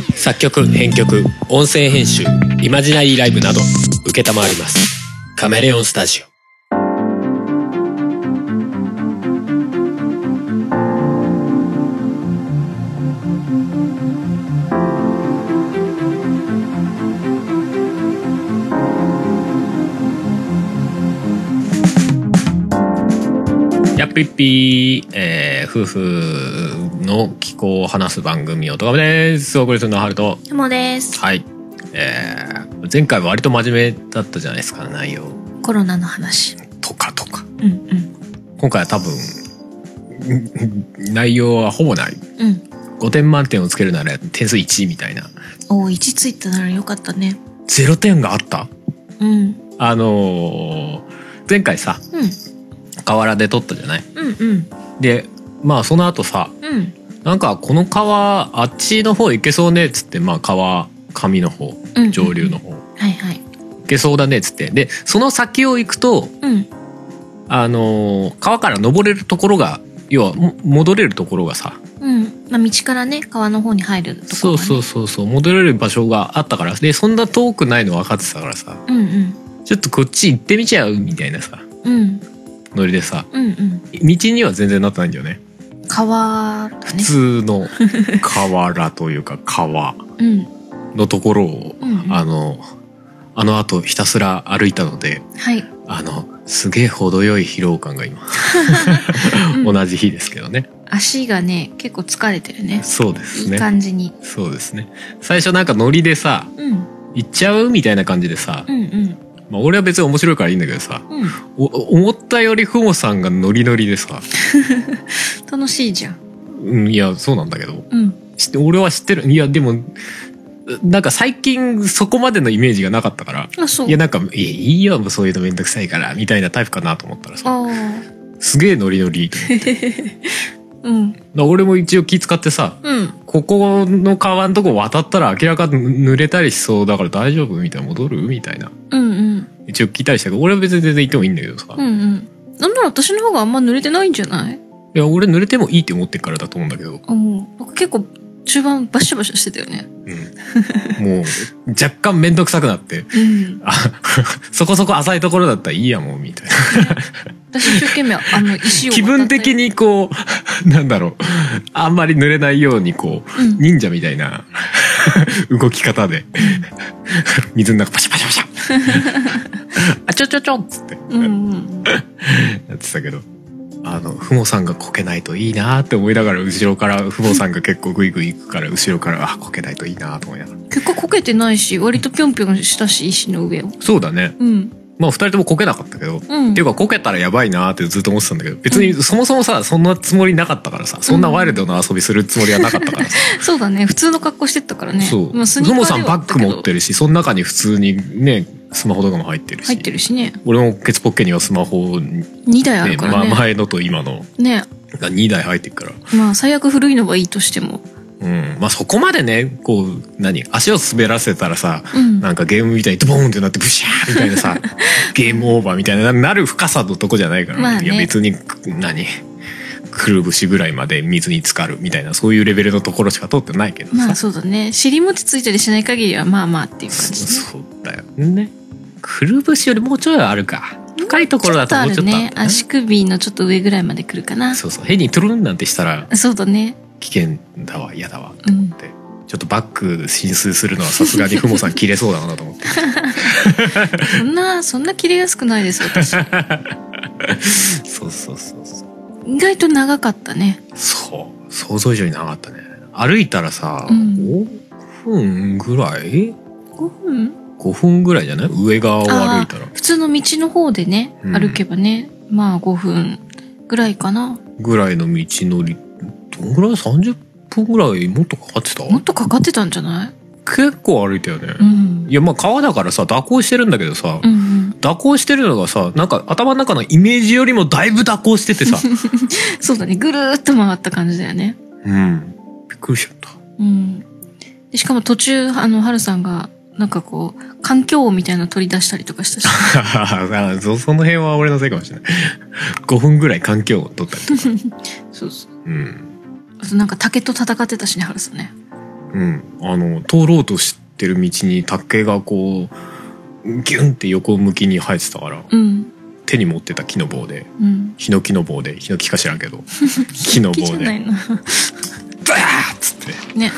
作曲編曲音声編集イマジナリーライブなど承ります。カメレオンスタジオ。やっぴっぴー、夫婦の気候を話す番組おとがめです。お送りするのはハルとともです。 はい、前回は割と真面目だったじゃないですか、内容。 コロナの話とか、 うんうん、 今回は多分内容はほぼない、 うん、 5点満点をつけるなら点数1みたいな。 おー、1ついたならよかったね。 0点があった。 うん、 前回さ、 うん、 河原で撮ったじゃない。 うんうん、 でまあその後さ、 うん、 なんかこの川あっちの方行けそうねっつって、まあ川上の方、上流の方、 はいはい、 行けそうだねっつって、でその先を行くと、 うん、 川から登れるところが、要は戻れるところがさ、 うん、まあ、道からね川の方に入るところが、ね、 そう戻れる場所があったから、でそんな遠くないの分かってたからさ、 うんうん、 ちょっとこっち行ってみちゃうみたいなさ、 うん、 ノリでさ、 うんうん、 道には全然なってないんだよね。 川、ね、 普通の河原というか川のところを、 うんうん、 あの後ひたすら歩いたので、 はい、 すげえ程よい疲労感が今同じ日ですけどね。 足がね結構疲れてるね。 そうですね、 いい感じに。 そうですね。最初なんかノリでさ、 うん、 行っちゃうみたいな感じでさ、 うんうん、 まあ、俺は別に面白いからいいんだけどさ、 うん、 思ったよりふもさんがノリノリでさ楽しいじゃん。 うん、いやそうなんだけど、 うん、 俺は知ってる。いやでもなんか最近そこまでのイメージがなかったから、 あ、そう。 いやなんかいいよもうそういうのめんどくさいからみたいなタイプかなと思ったらさ、すげえノリノリと思ってうん、 俺も一応気使ってさ、 うん、 ここの川のとこ渡ったら明らかに濡れたりしそうだから大丈夫みたいな、戻るみたいな、 うんうん、 一応聞いたりしたけど、俺は別に全然行ってもいいんだけどさ、 うんうん、なんなら私の方があんま濡れてないんじゃない？ いや俺濡れてもいいって思ってるからだと思うんだけど、 僕結構中盤バシャバシャしてたよね。 うん、もう若干面倒くさくなって、うん、そこそこ浅いところだったらいいやもうみたいな私一生懸命石を気分的にこうなんだろう、あんまり濡れないようにこう、うん、忍者みたいな動き方で水の中パシャパシャパシャあちょっつって、うんうん、やってたけど、ふもさんがこけないといいなって思いながら、後ろからふもさんが結構グイグイ行くから後ろからこけないといいなと思いながら、 結果こけてないし割とぴょんぴょんしたし石の上を。 そうだね、うん、まあ2人ともこけなかったけど、うん、っていうかこけたらやばいなってずっと思ってたんだけど、別にそもそもさそんなつもりなかったからさ、そんなワイルドな遊びするつもりはなかったからさ、うん、 そうだね、普通の格好してったからね。そう、まあ、 ふもさんバッグ持ってるし、その中に普通にねスマホとかも入ってるしね。俺もケツポッケにはスマホ 2台あるからね、 前のと今のねが2台入ってるから、 まあ最悪古いのはいいとしても、 うん、まあそこまでねこう足を滑らせたらさ、うん、なんかゲームみたいにドボーンってなってブシャーみたいなさゲームオーバーみたいななる深さのとこじゃないから、ね、まあね、いや別にくるぶしぐらいまで水に浸かるみたいな、そういうレベルのところしか通ってないけどさ、 まあそうだね、尻餅ついたりしない限りはまあまあっていう感じ、ね、 そうだよね。くるぶしよりもうちょいあるか、深いところだともうちょっとあるね。足首のちょっと上ぐらいまで来るかな。 そう変にトゥルンなんてしたらそうだね、 危険だわ、嫌だわと思って、うん、ちょっとバッグ浸水するのはさすがにふもさん切れそうだなと思ってそんな切れやすくないです私そう意外と長かったね。 そう想像以上に長かったね。歩いたらさ、うん、5分ぐらい5分ぐらいじゃない？上側を歩いたら普通の道の方でね、うん、歩けばね、まあ5分ぐらいかなぐらいの道のり、どんぐらい30分ぐらいもっとかかってた？ もっとかかってたんじゃない？ 結構歩いたよね、 うん、 いやまあ川だからさ蛇行してるんだけどさ、 うんうん、 蛇行してるのがさなんか頭の中のイメージよりもだいぶ蛇行しててさそうだね、ぐるーっと回った感じだよね。うんびっくりしちゃった、 うん、でしかも途中はるさんがなんかこう環境音みたいなの取り出したりとかしたしその辺は俺のせいかもしれない5分ぐらい環境音取ったりとかそうそう、うん、あとなんか竹と戦ってたしね、はるさんね。 うん、通ろうとしてる道に竹がこうギュンって横向きに生えてたから、 うん、 手に持ってた木の棒で、 うん、 ヒノキの棒で、ヒノキか知らんけど木の棒でじゃないなバーッつってね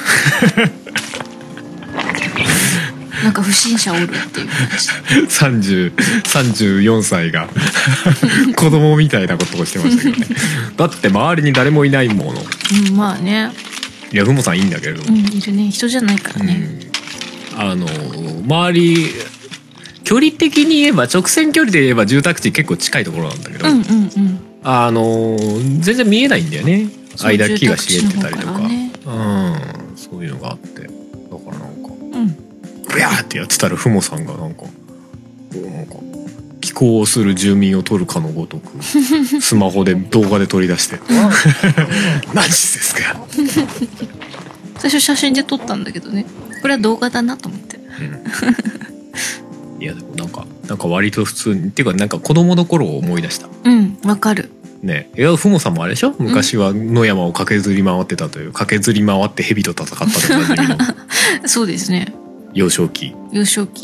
なんか不審者おるっていう感じ 34歳が子供みたいなことをしてましたけどねだって周りに誰もいないもの。 うん、まあね。 いやふもさんいいんだけれども、 うん、いるね。人じゃないからね、 周り距離的に言えば直線距離で言えば住宅地結構近いところなんだけど、 うんうんうん、 全然見えないんだよね。間木が茂ってたりとか、 ね、 そういうのがあって、だからなんか、ブヤーってやってたらふもさんがなんか寄港する住民を撮るかのごとくスマホで動画で撮り出して何時ですか最初写真で撮ったんだけどね、これは動画だなと思って、 いやでもなんか割と普通にっていうかなんか子供の頃を思い出した。 わかるね。いやふもさんもあれでしょ、昔は野山を駆けずり回ってたという、駆けずり回って蛇と戦ったとかのそうですね、 幼少期道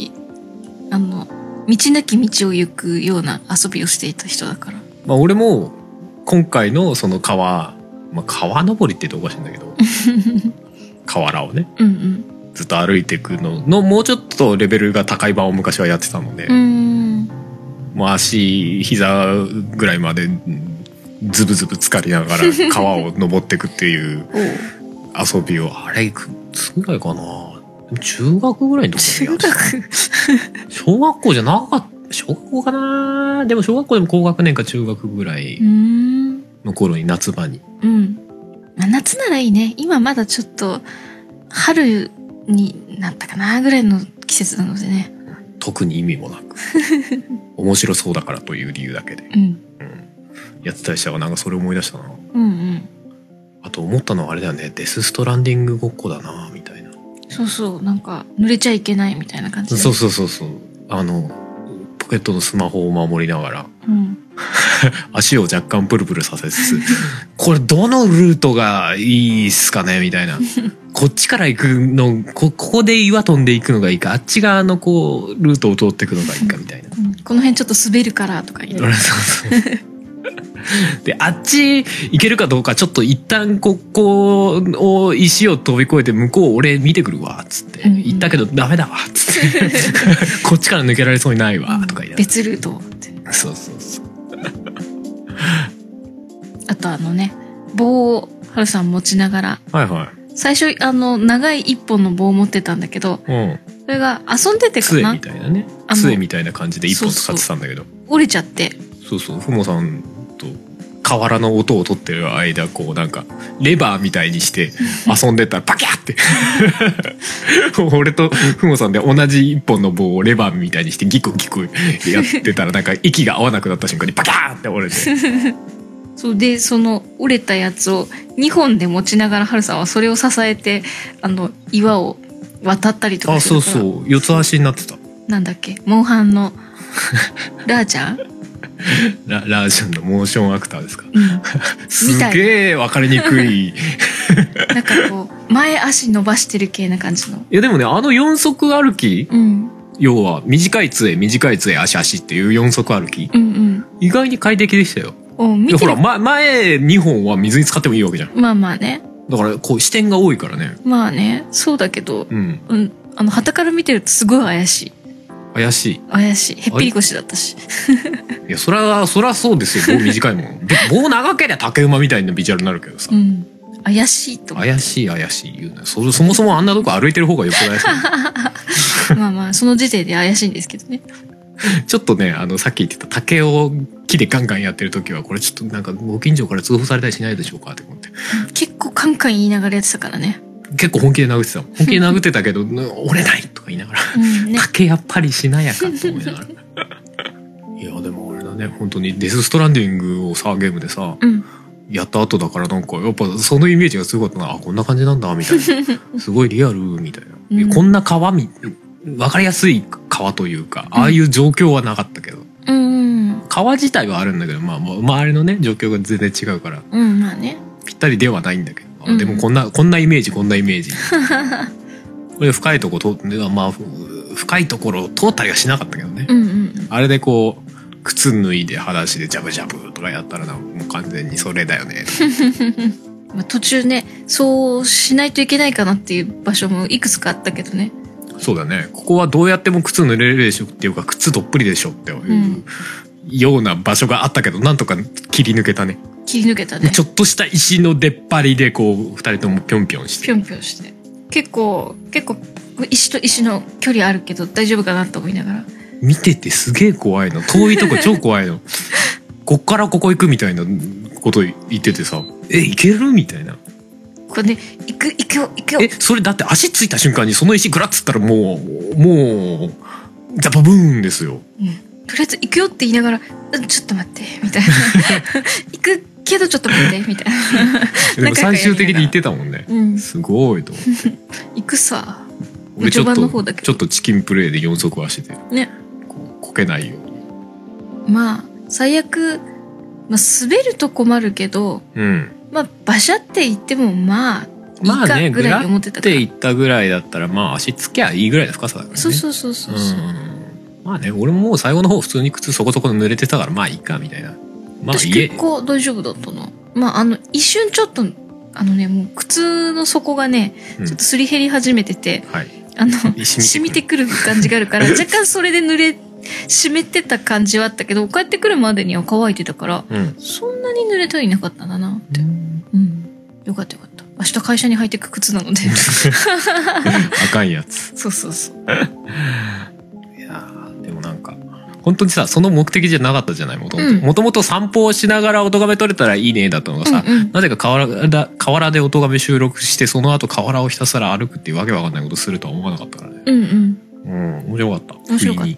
なき道を行くような遊びをしていた人だから。 まあ俺も今回のその川登りって言うとおかしいんだけど河原をね、ずっと歩いていくのもうちょっとレベルが高い版を昔はやってたので、もう膝ぐらいまでズブズブ浸かりながら川を登っていくっていう遊びをあれいくつぐらいかな、中学ぐらいのところでやってた。小学校じゃなかった、小学校かな、でも小学校でも高学年か中学ぐらいの頃に夏場に、 夏ならいいね。今まだちょっと春になったかなぐらいの季節なのでね、 特に意味もなく面白そうだからという理由だけで、やってたりしたからなんかそれ思い出したな。あと思ったのはあれだよね、デスストランディングごっこだなみたいな。 そうそう、なんか濡れちゃいけないみたいな感じで、 そうポケットのスマホを守りながら、足を若干プルプルさせつつこれどのルートがいいっすかねみたいなこっちから行くの、ここで岩飛んでいくのがいいか、あっち側のこうルートを通っていくのがいいかみたいな、 この辺ちょっと滑るからとか言ってであっち行けるかどうかちょっと一旦ここを石を飛び越えて向こう俺見てくるわっつって、行ったけどダメだわっつってこっちから抜けられそうにないわとか言って、 別ルートって。 そうあと棒をはるさん持ちながら、最初長い一本の棒を持ってたんだけど、それが遊んでてかな、 杖みたいなね、杖みたいな感じで一本使ってたんだけど、 折れちゃって、 ふもさんと河原の音を取ってる間こうなんかレバーみたいにして遊んでたらパキャって俺とふもさんで同じ一本の棒をレバーみたいにしてギクギクやってたらなんか息が合わなくなった瞬間にパキャーって折れてそうで、その折れたやつを2本で持ちながらはるさんはそれを支えて岩を渡ったりとかしてるから。 そう四つ足になってた。 なんだっけ、モンハンのラーちゃんラージャンのモーションアクターですか、すげえ分かりにくいなんかこう前足伸ばしてる系な感じの。 いやでもね、4足歩き、要は短い杖足っていう4足歩き、意外に快適でしたよ。ほら、前2本は水に浸かってもいいわけじゃん。 まあまあね、 だからこう視点が多いからね。 まあね、そうだけど、旗から見てるとすごい怪しい。へっぴり腰だったしいやそらそうですよ、棒短いもん棒長ければ竹馬みたいなビジュアルになるけどさ、 怪しいと思う。 怪しい言うな。そもそもあんなとこ歩いてる方がよくないですかまあまあその時点で怪しいんですけどねちょっとね、さっき言ってた竹を木でガンガンやってる時はこれちょっとなんかご近所から通報されたりしないでしょうかって思って、 結構カンカン言いながらやってたからね。 結構本気で殴ってたけど折れないとか言いながら、竹やっぱりしなやかと思いながらいやでもあれだね、本当にデスストランディングをさゲームでさ、やった後だからなんかやっぱそのイメージがすごかったな。こんな感じなんだみたいなすごいリアルみたいな、こんな川分かりやすい川というか、ああいう状況はなかったけど、川自体はあるんだけど、まあ周りのね状況が全然違うから、 まあね、 ぴったりではないんだけど、 でもこんなイメージこれ深いとこ通って、まあ深いところ通ったりはしなかったけどね、あれでこう靴脱いで裸足でジャブジャブとかやったらもう完全にそれだよねまあ途中ねそうしないといけないかなっていう場所もいくつかあったけどね。 そうだね、ここはどうやっても靴濡れるでしょっていうか靴どっぷりでしょっていう、ような場所があったけどなんとか切り抜けたね。 ちょっとした石の出っ張りでこう2人ともピョンピョンして結構石と石の距離あるけど大丈夫かなと思いながら見ててすげえ怖いの。遠いとこ超怖いのこっからここ行くみたいなこと言っててさ、行けるみたいな。 これね、行くよそれだって足ついた瞬間にその石グラッつったらもうザバブーンですよ、 とりあえず行くよって言いながらちょっと待ってみたいな行くけどちょっと待ってみたいなでも最終的に言ってたもんね、すごいと思って行くさ。 俺ちょっとチキンプレーで4足足でねこけないように。まあ最悪、滑ると困るけど、バシャって言ってもまあいいかぐらい思ってたから、 って言ったぐらいだったら足つきゃいいぐらいの深さだからね。 そう、 まあね、俺ももう最後の方普通に靴そこそこ濡れてたからまあいいかみたいな。 私結構大丈夫だったな。一瞬ちょっともう靴の底がね、ちょっとすり減り始めてて、染みてくる感じがあるから若干それで湿ってた感じはあったけど、帰ってくるまでには乾いてたから、そんなに濡れてはいなかったんだなって。よかった。明日会社に履いてく靴なので赤いやつ。 そういやでもなんか本当にさ、その目的じゃなかったじゃない。もともと散歩をしながら音亀撮れたらいいねだったのがさ、なぜか河原で音亀収録してその後河原をひたすら歩くっていうわけわかんないことするとは思わなかったからね。面白かった。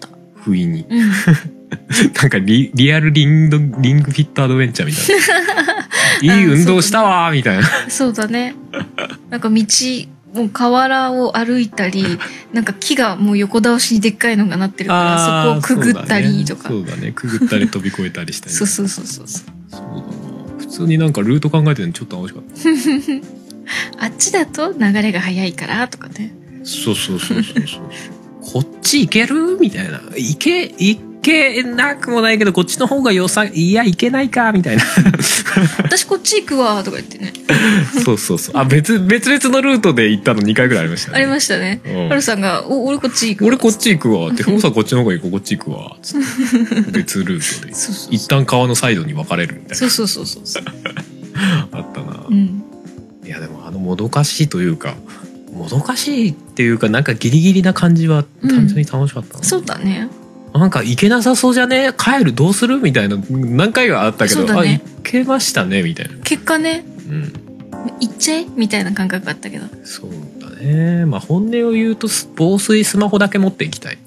不意に、なんかリアルリングフィットアドベンチャーみたいないい運動したわみたいな。 そうだね。なんか道もう河原を歩いたり、なんか木がもう横倒しにでっかいのがなってるからそこをくぐったりとか。 そうだね、くぐったり飛び越えたりしたり。 そう。 そうだな。普通になんかルート考えてるのちょっと楽しかったあっちだと流れが速いからとかね。 そうこっち行けるみたいな。行けなくもないけどこっちの方がいや行けないかみたいな私こっち行くわとか言ってねそう別々のルートで行ったの2回ぐらいありましたね。 ありましたね。はるさんが俺こっち行くわ、 俺こっち行くわって、ふもさんこっちの方がいいこっち行くわつって別ルートで一旦川のサイドに分かれるみたいな。 そうあったな。いやでももどかしいというかなんかギリギリな感じは単純に楽しかったな。 そうだね。 なんか行けなさそうじゃね、帰るどうするみたいな何回かあったけど、行けましたねみたいな。 結果ね、行っちゃえみたいな感覚あったけど。 そうだね。本音を言うと防水スマホだけ持っていきたい。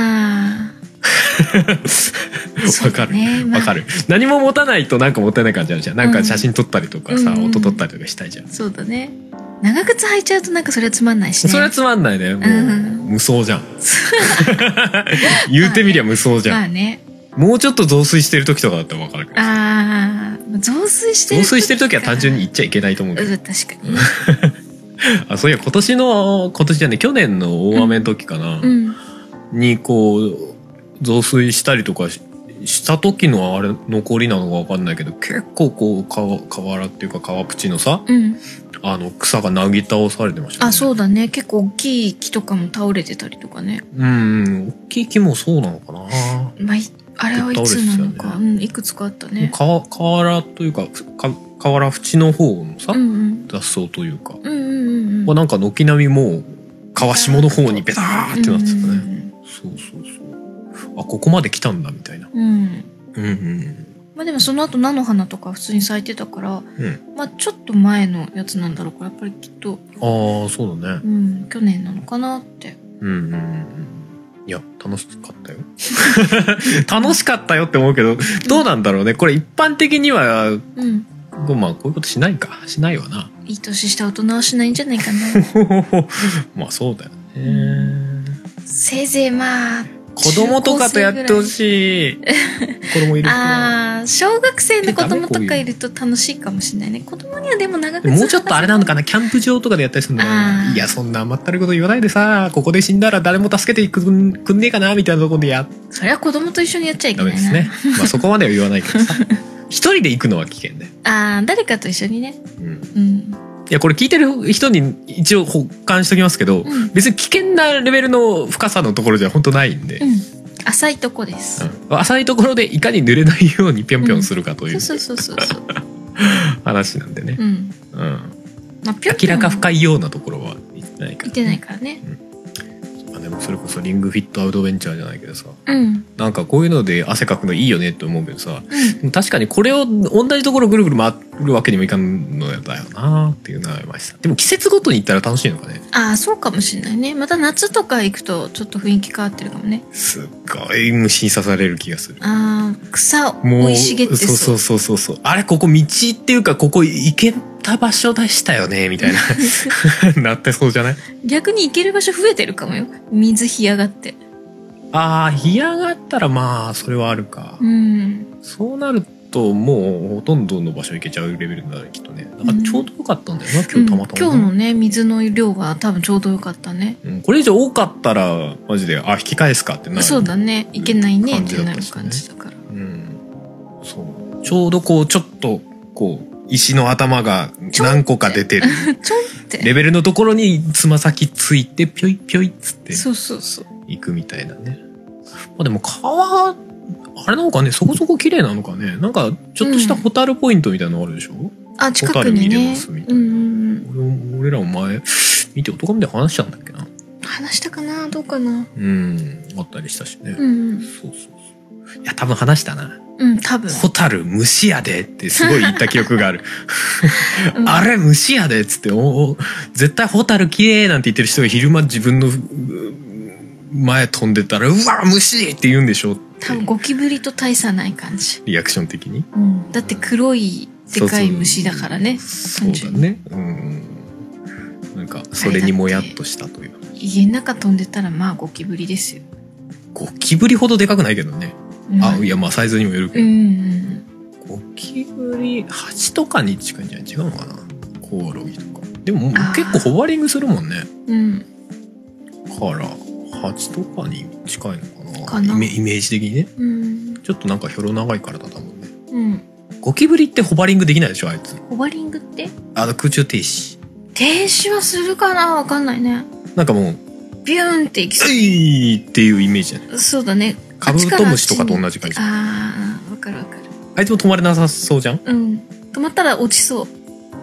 わかる。何も持たないとなんかもったいない感じあるじゃん。なんか写真撮ったりとかさ、音撮ったりとかしたいじゃん。 そうだね。長靴履いちゃうとなんかそれはつまんないしね。 それはつまんないね。もう無双じゃん。言うてみりゃ無双じゃん。 まあね。 もうちょっと増水してる時とかだったら分かるけど。 増水してる時は単純に行っちゃいけないと思うけど。 確かに。 そういや去年じゃね、去年の大雨の時かな、にこう増水したりとかした時のあれ残りなのか分かんないけど、結構こう河原っていうか川プチのさ、草がなぎ倒されてましたね。 そうだね。結構大きい木とかも倒れてたりとかね。 大きい木もそうなのかな。 あれはいつなのか、いくつかあったね。 河原というか河原縁の方のさ、雑草というか、なんか軒並みもう川下の方にベターってなってたね。そうここまで来たんだみたいな。でもその後菜の花とか普通に咲いてたから、ちょっと前のやつなんだろうから、やっぱりきっとそうだね。 去年なのかなって。 いや楽しかったよ楽しかったよって思うけど、どうなんだろうねこれ。一般的にはこういうことしないわな。 いい年した大人はしないんじゃないかなそうだよね。 せいぜい子供とかとやってほしい。 子供いる人は小学生の子供とかいると楽しいかもしれないね。子供にはでも長くもうちょっとあれなのかな、キャンプ場とかでやったりするのかな。いやそんな甘ったるいこと言わないでさ、ここで死んだら誰も助けてくんねえかなみたいなところでそれは子供と一緒にやっちゃいけないな。 ダメですね。まあそこまでは言わないけどさ一人で行くのは危険ね。 誰かと一緒にね。 いやこれ聞いてる人に一応補完しときますけど、別に危険なレベルの深さのところじゃ本当ないんで、 浅いとこです、 浅いところでいかに濡れないようにぴょんぴょんするかという、 そう話なんでね、 まあ、 明らか深いようなところは行ってないから、 行ってないからね、 でもそれこそリングフィットアドベンチャーじゃないけどさ、なんかこういうので汗かくのいいよねって思うけどさ、確かにこれを同じところぐるぐる回るわけにもいかんのだよなっていうのはありました。でも季節ごとに行ったら楽しいのかね。 そうかもしれないね。また夏とか行くとちょっと雰囲気変わってるかもね。 すっごい虫に刺される気がする。 草生い茂ってそう。 そうあれここ道っていうかここ行けた場所でしたよねみたいななってそうじゃない？ 逆に行ける場所増えてるかもよ。水干上がって。 干上がったらまあそれはあるか。そうなるともうほとんどの場所行けちゃうレベルになるきっとね。だからちょうどよかったんだよな、今日たまたま、 今日のね水の量が多分ちょうどよかったね。 これ以上多かったらマジで引き返すかってなる。 そうだね、いけないねってなる感じだから。 そうちょうどこうちょっとこう石の頭が何個か出てるちょんってレベルのところにつま先ついてぴょいぴょいっつって行くみたいなね。でも川あれなのかね、そこそこ綺麗なのかね。なんかちょっとしたホタルポイントみたいなのあるでしょ。 近くにね。ホタル見れますみたいな。俺らも前見て男で話したんだっけな。 話したかな、どうかな。 あったりしたしね。そう。いや多分話したな。 多分。 ホタル虫やでってすごい言った記憶がある。あれ虫やでっつって、絶対ホタル綺麗なんて言ってる人が昼間自分の前飛んでたらうわ虫って言うんでしょ。 多分ゴキブリと大差ない感じ。 リアクション的に。 だって黒いでかい虫だからね。 そうだね。なんかそれにもやっとしたという。 家の中飛んでたらまあゴキブリですよ。 ゴキブリほどでかくないけどね。いやまあサイズにもよるけど。ゴキブリハチとかに近いんじゃない？違うのかな。コオロギとか。でも結構ホバリングするもんね。からハチとかに近いのかな。イメージ的にね。ちょっとなんかひょろ長い体だもんね。ゴキブリってホバリングできないでしょあいつ。 ホバリングって？ 空中停止。 停止はするかな、わかんないね。 なんかもうビューンっていきそう。 っていうイメージじゃない。 そうだね。 カブトムシとかと同じ感じ。 わかる。 あいつも止まれなさそうじゃん。 止まったら落ちそう。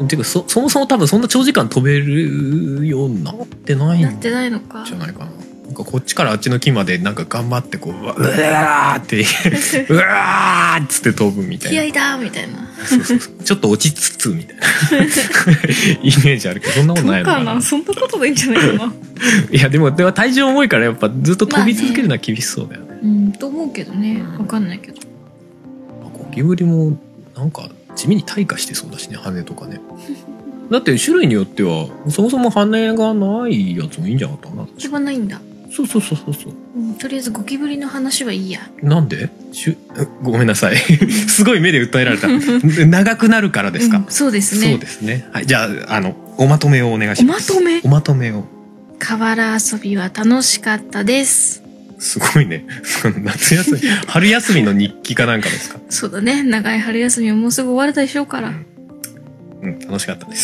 ていうかそもそも多分そんな長時間飛べるようになってないんじゃないかな。なんかこっちからあっちの木までなんか頑張ってこううわーってうわーっつって飛ぶみたいな。 気合いだみたいな。 ちょっと落ちつつみたいなイメージあるけど、そんなことないのかな。 そんなことでいいんじゃないかな。 いやでも体重重いからやっぱずっと飛び続けるのは厳しそうだよね。 と思うけどね、わかんないけど。 ゴキブリもなんか地味に退化してそうだしね、羽とかね。だって種類によってはそもそも羽がないやつもいいんじゃなかったかな。 毛がないんだ。そう。とりあえずゴキブリの話はいいや。 なんで？ごめんなさい。すごい目で訴えられた。長くなるからですか？ そうですね。 そうですね。はい、じゃあおまとめをお願いします。おまとめを。 河原遊びは楽しかったです。 すごいね。夏休み、春休みの日記かなんかですか？ そうだね。長い春休みはもうすぐ終わるでしょうから。 楽しかったです。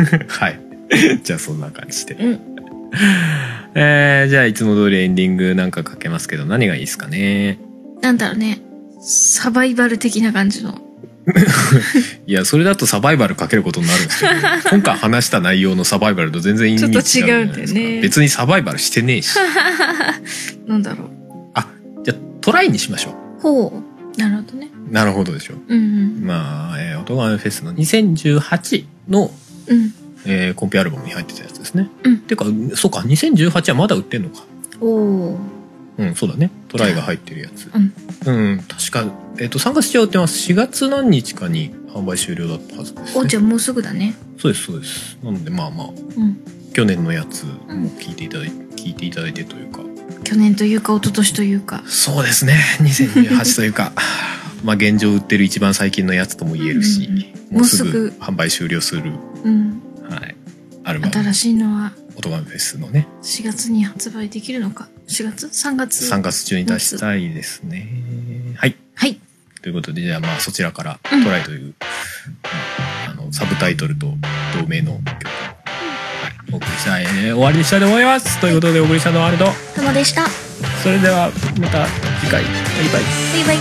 はい。じゃあそんな感じで。じゃあいつも通りエンディングなんかかけますけど、何がいいですかね。 なんだろうね。サバイバル的な感じの。 いやそれだとサバイバルかけることになるんですけど、今回話した内容のサバイバルと全然意味違うんじゃないですか。別にサバイバルしてねえし。 なんだろう。 じゃあトライにしましょう。 ほう、なるほどね。 なるほどでしょう。まあ音ガメフェスの2018のコンピアルバムに入ってたやつですね。てかそうか、2018はまだ売ってんのか。そうだね。トライが入ってるやつ。確か3月中は売ってます。4月何日かに販売終了だったはずですね。 じゃあもうすぐだね。 そうです。なのでまあ去年のやつも聞いていただいてというか。 去年というか一昨年というか。 そうですね。2018というかまあ現状売ってる一番最近のやつとも言えるし、もうすぐ販売終了する、はい、アルバム新しいのはオトガメフェスのね 4月に発売できるのか。4月3月中に出したいですね。はいということで、じゃあまあそちらからトライという、サブタイトルと同名の曲を、お送りしたい、終わりにしたいと思います。ということでお送りしたのはアルドともでした。 それではまた次回、バイバイ。 バイバイ。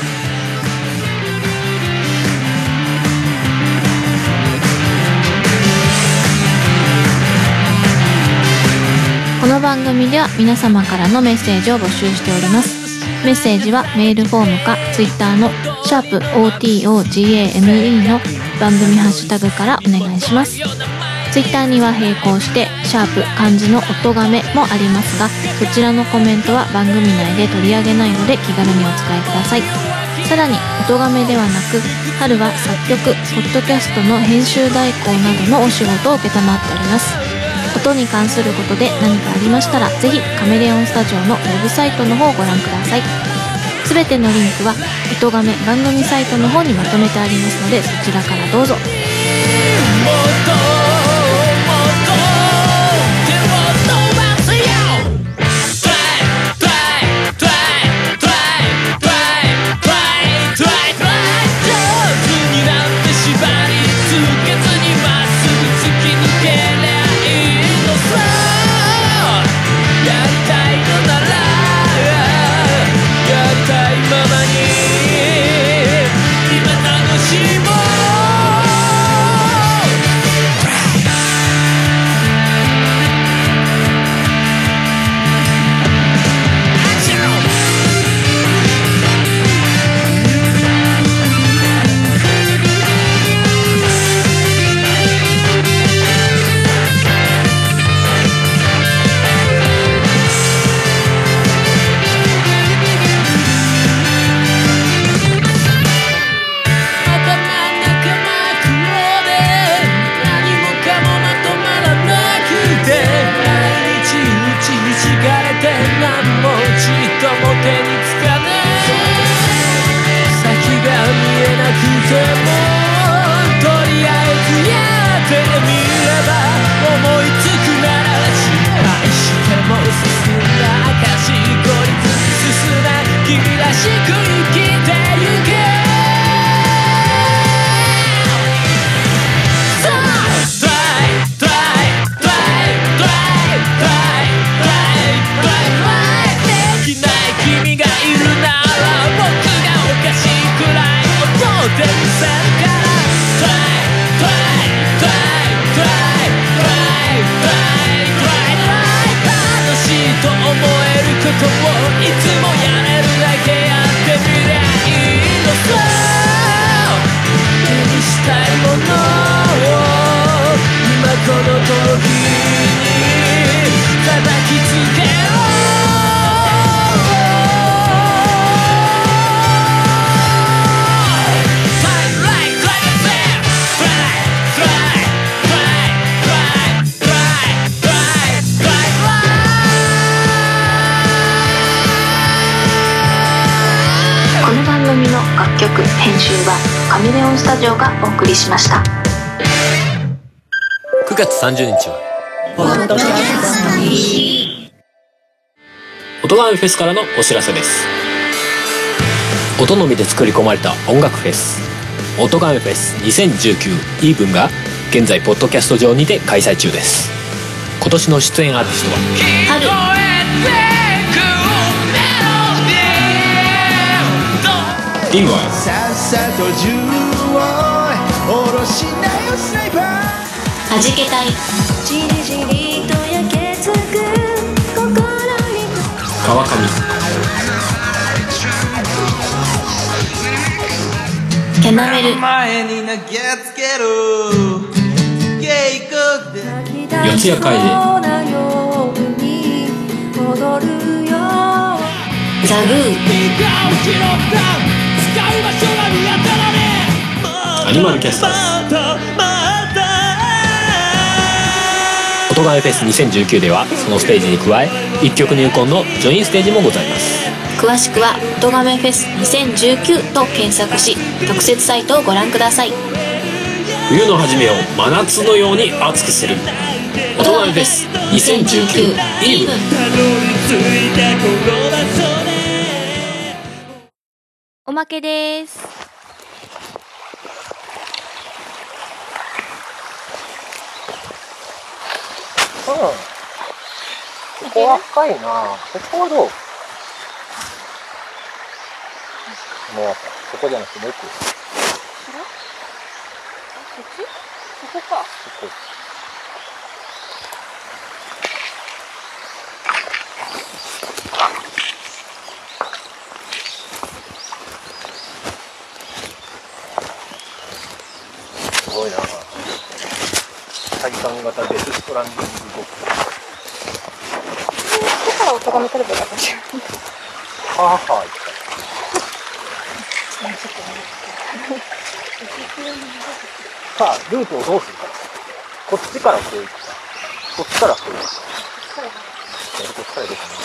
この番組では皆様からのメッセージを募集しております。メッセージはメールフォームかツイッターの#OTOGAME の番組ハッシュタグからお願いします。ツイッターには並行して漢字の音がめもありますが、そちらのコメントは番組内で取り上げないので気軽にお使いください。さらに音がめではなく、春は作曲、ポッドキャストの編集代行などのお仕事を承っております。音に関することで何かありましたら、ぜひカメレオンスタジオのウェブサイトの方をご覧ください。すべてのリンクは音がめ番組サイトの方にまとめてありますので、そちらからどうぞ。編集はカメレオンスタジオがお送りしました。 9月30日はポッドキャストの日。音がめフェスからのお知らせです。音のみで作り込まれた音楽フェス、音がめフェス2019イーブンが現在ポッドキャスト上にて開催中です。今年の出演アーティストはリンゴははじけたい川上キャナメル四谷楓ザグーアニマルキャスターズ。音がめフェス2019ではそのステージに加え一曲入魂のジョインステージもございます。 詳しくは音亀フェス2019と検索し特設サイトをご覧ください。 冬の初めを真夏のように熱くする音亀フェス2019イーブン。 おまけです。 ここは深いな。ここはどう？もうここじゃなくてもう一個。そっち？そこか。そこ。すごいな。体感型デスストランディングボックス。ここから音がめ取ればよかったじゃん。はぁはぁ言った。さあ、ルートをどうするか。こっちからこう行った。こっちからこう行った。こっちから出たな。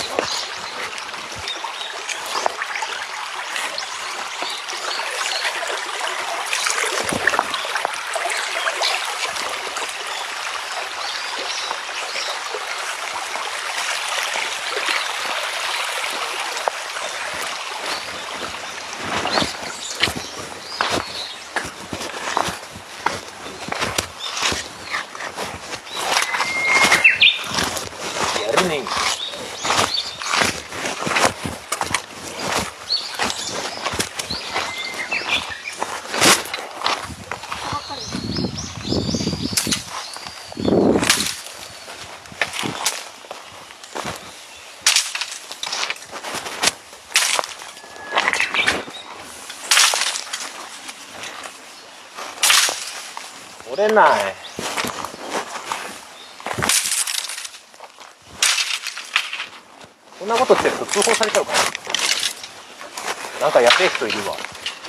折れない。こんなことしてると通報されちゃうから。なんかやべえ人いるわ。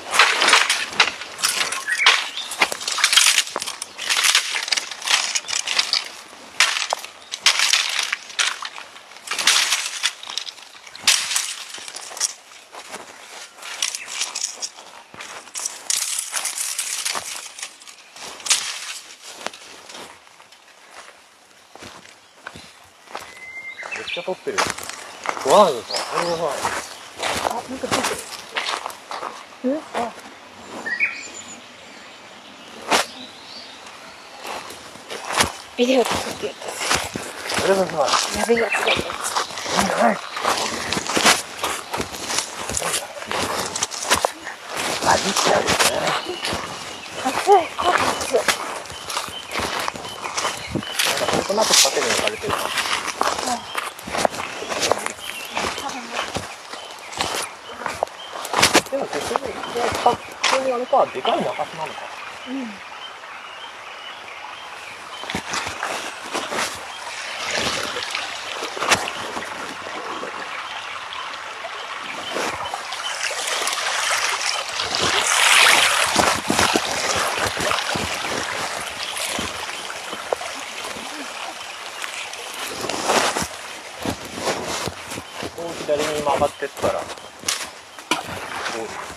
めっちゃ撮ってる。わーよさ、あれやばい。あ、なんかついてる。あ。ビデオ作ってやった。あれがさ、やべえやつだよ。はい。あ、リッチあるね。熱い、こう熱い。なんかそこなく縦に置かれてる。でも結局普通にあれか、でかい中洲なのか。うん。ここを左に曲がってったらゴール。